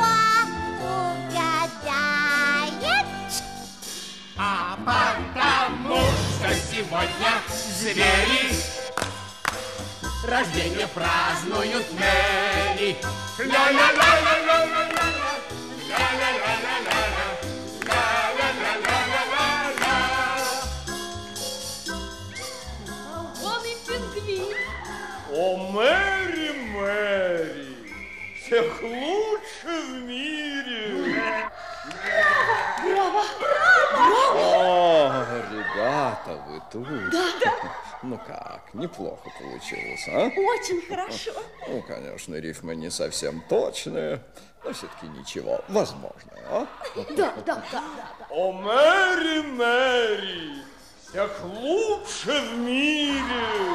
угадает? А потому что сегодня звери рождение празднуют Мэри. Ля-ля-ля-ля-ля-ля-ля, ля-ля-ля-ля-ля-ля, ля-ля-ля-ля-ля-ля. Вон и пингвин. О, Мэри, Мэри, всех лучше в мире. Браво! О, ребята, вы тут. Да. Ну как, неплохо получилось, а? Очень хорошо. Ну, конечно, рифмы не совсем точные, но все-таки ничего, возможно, а? Да. О, Мэри, Мэри, всех лучше в мире.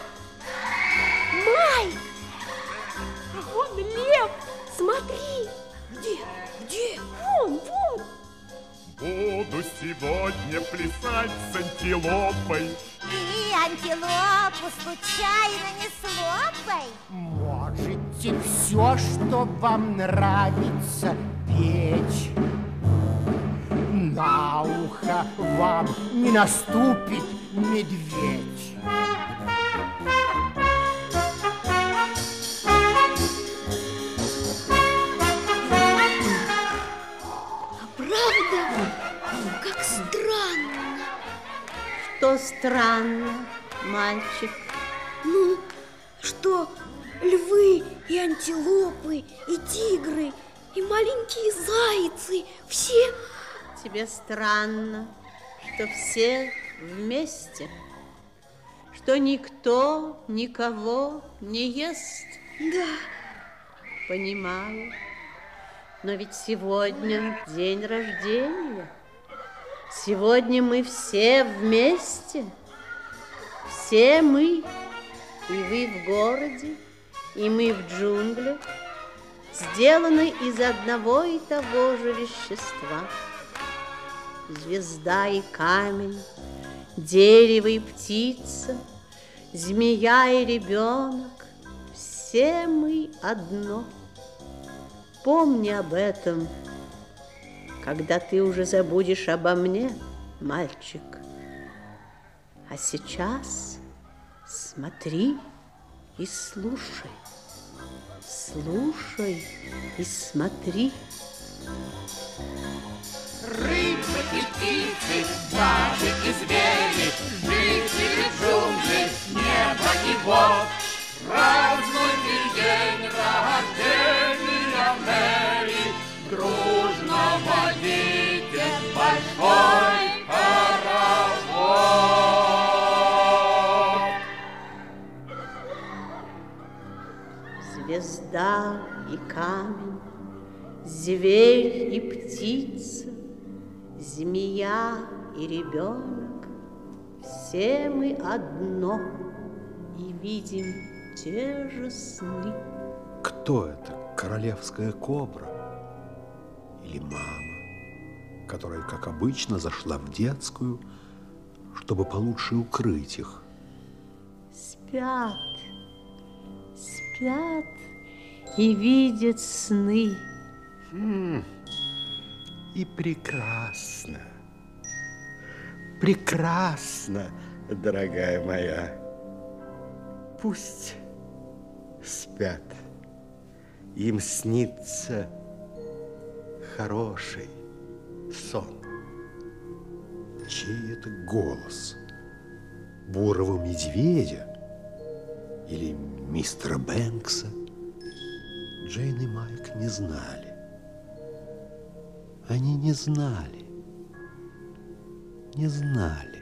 Майк! А вон лев! Смотри! Где? Вон! Буду сегодня плясать с антилопой. И антилопу случайно не слопай. Можете все, что вам нравится, петь. На ухо вам не наступит медведь. Правда? Как странно. Что странно, мальчик? Ну, что львы и антилопы, и тигры, и маленькие зайцы, все... Тебе странно, что все вместе, что никто никого не ест. Да. Понимаю. Но ведь сегодня день рождения. Сегодня мы все вместе. Все мы. И вы в городе, и мы в джунглях, сделаны из одного и того же вещества. Звезда и камень, дерево и птица, змея и ребенок. Все мы одно. Помни об этом, когда ты уже забудешь обо мне, мальчик. А сейчас смотри и слушай. Слушай и смотри. Рыбы и птицы, даже и звери, жители джунглей, неба и вод, празднуйте день рождения Мэри, дружно водите большой паровоз. Звезда и камень, зверь и птица, змея и ребенок, все мы одно и видим те же сны. Кто это? Королевская кобра? Или мама, которая, как обычно, зашла в детскую, чтобы получше укрыть их? Спят, спят и видят сны. И прекрасно, прекрасно, дорогая моя. Пусть спят, им снится хороший сон. Чей это голос? Бурого медведя или мистера Бэнкса? Джейн и Майк не знали. Они не знали. Не знали.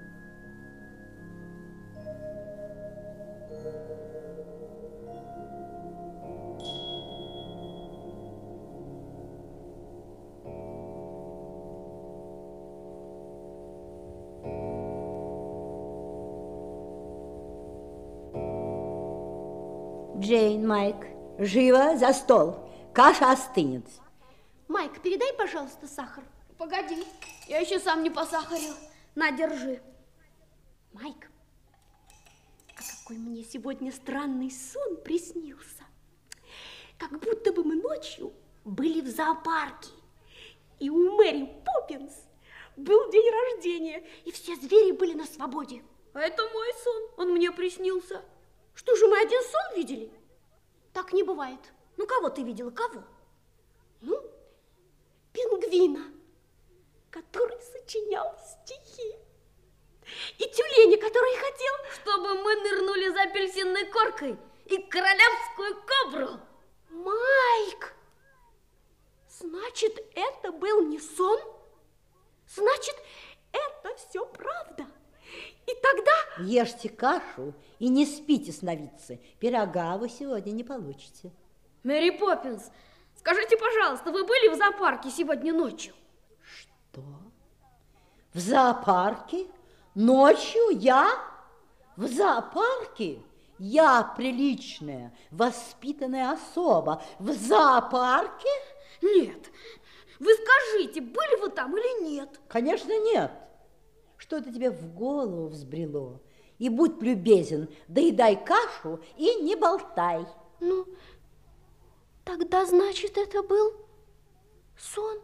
Джейн, Майк, живо за стол. Каша остынет. Майк, передай, пожалуйста, сахар. Погоди, я еще сам не посахарил. На, держи. Майк, а какой мне сегодня странный сон приснился. Как будто бы мы ночью были в зоопарке. И у Мэри Поппинс был день рождения, и все звери были на свободе. А это мой сон, он мне приснился. Что же, мы один сон видели? Так не бывает. Ну, кого ты видела, кого? Ну, пингвина, который сочинял стихи. И тюленя, который хотел, чтобы мы нырнули за апельсинной коркой и королевскую кобру. Майк, значит, это был не сон? Значит, это все правда. И тогда... Ешьте кашу и не спите, сновидцы. Пирога вы сегодня не получите. Мэри Поппинс, скажите, пожалуйста, вы были в зоопарке сегодня ночью? Что? В зоопарке? Ночью я? В зоопарке? Я приличная, воспитанная особа. В зоопарке? Нет. Вы скажите, были вы там или нет? Конечно, нет. Что это тебе в голову взбрело? И будь любезен, доедай кашу и не болтай. Ну, тогда, значит, это был сон.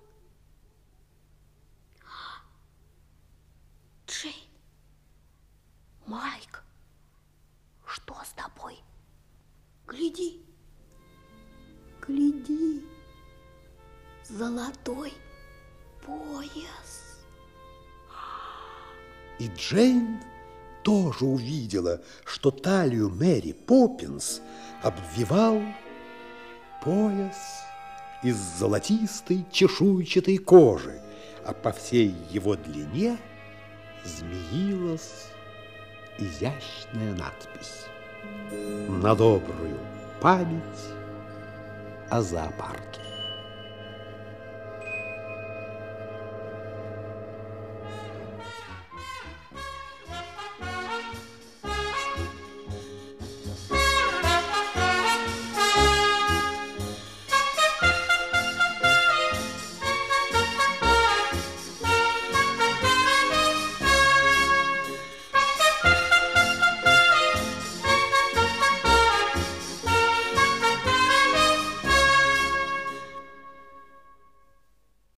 Джейн, Майк, что с тобой? Гляди, гляди, золотой пояс. И Джейн тоже увидела, что талию Мэри Поппинс обвивал пояс из золотистой чешуйчатой кожи, а по всей его длине змеилась изящная надпись: «На добрую память о зоопарке».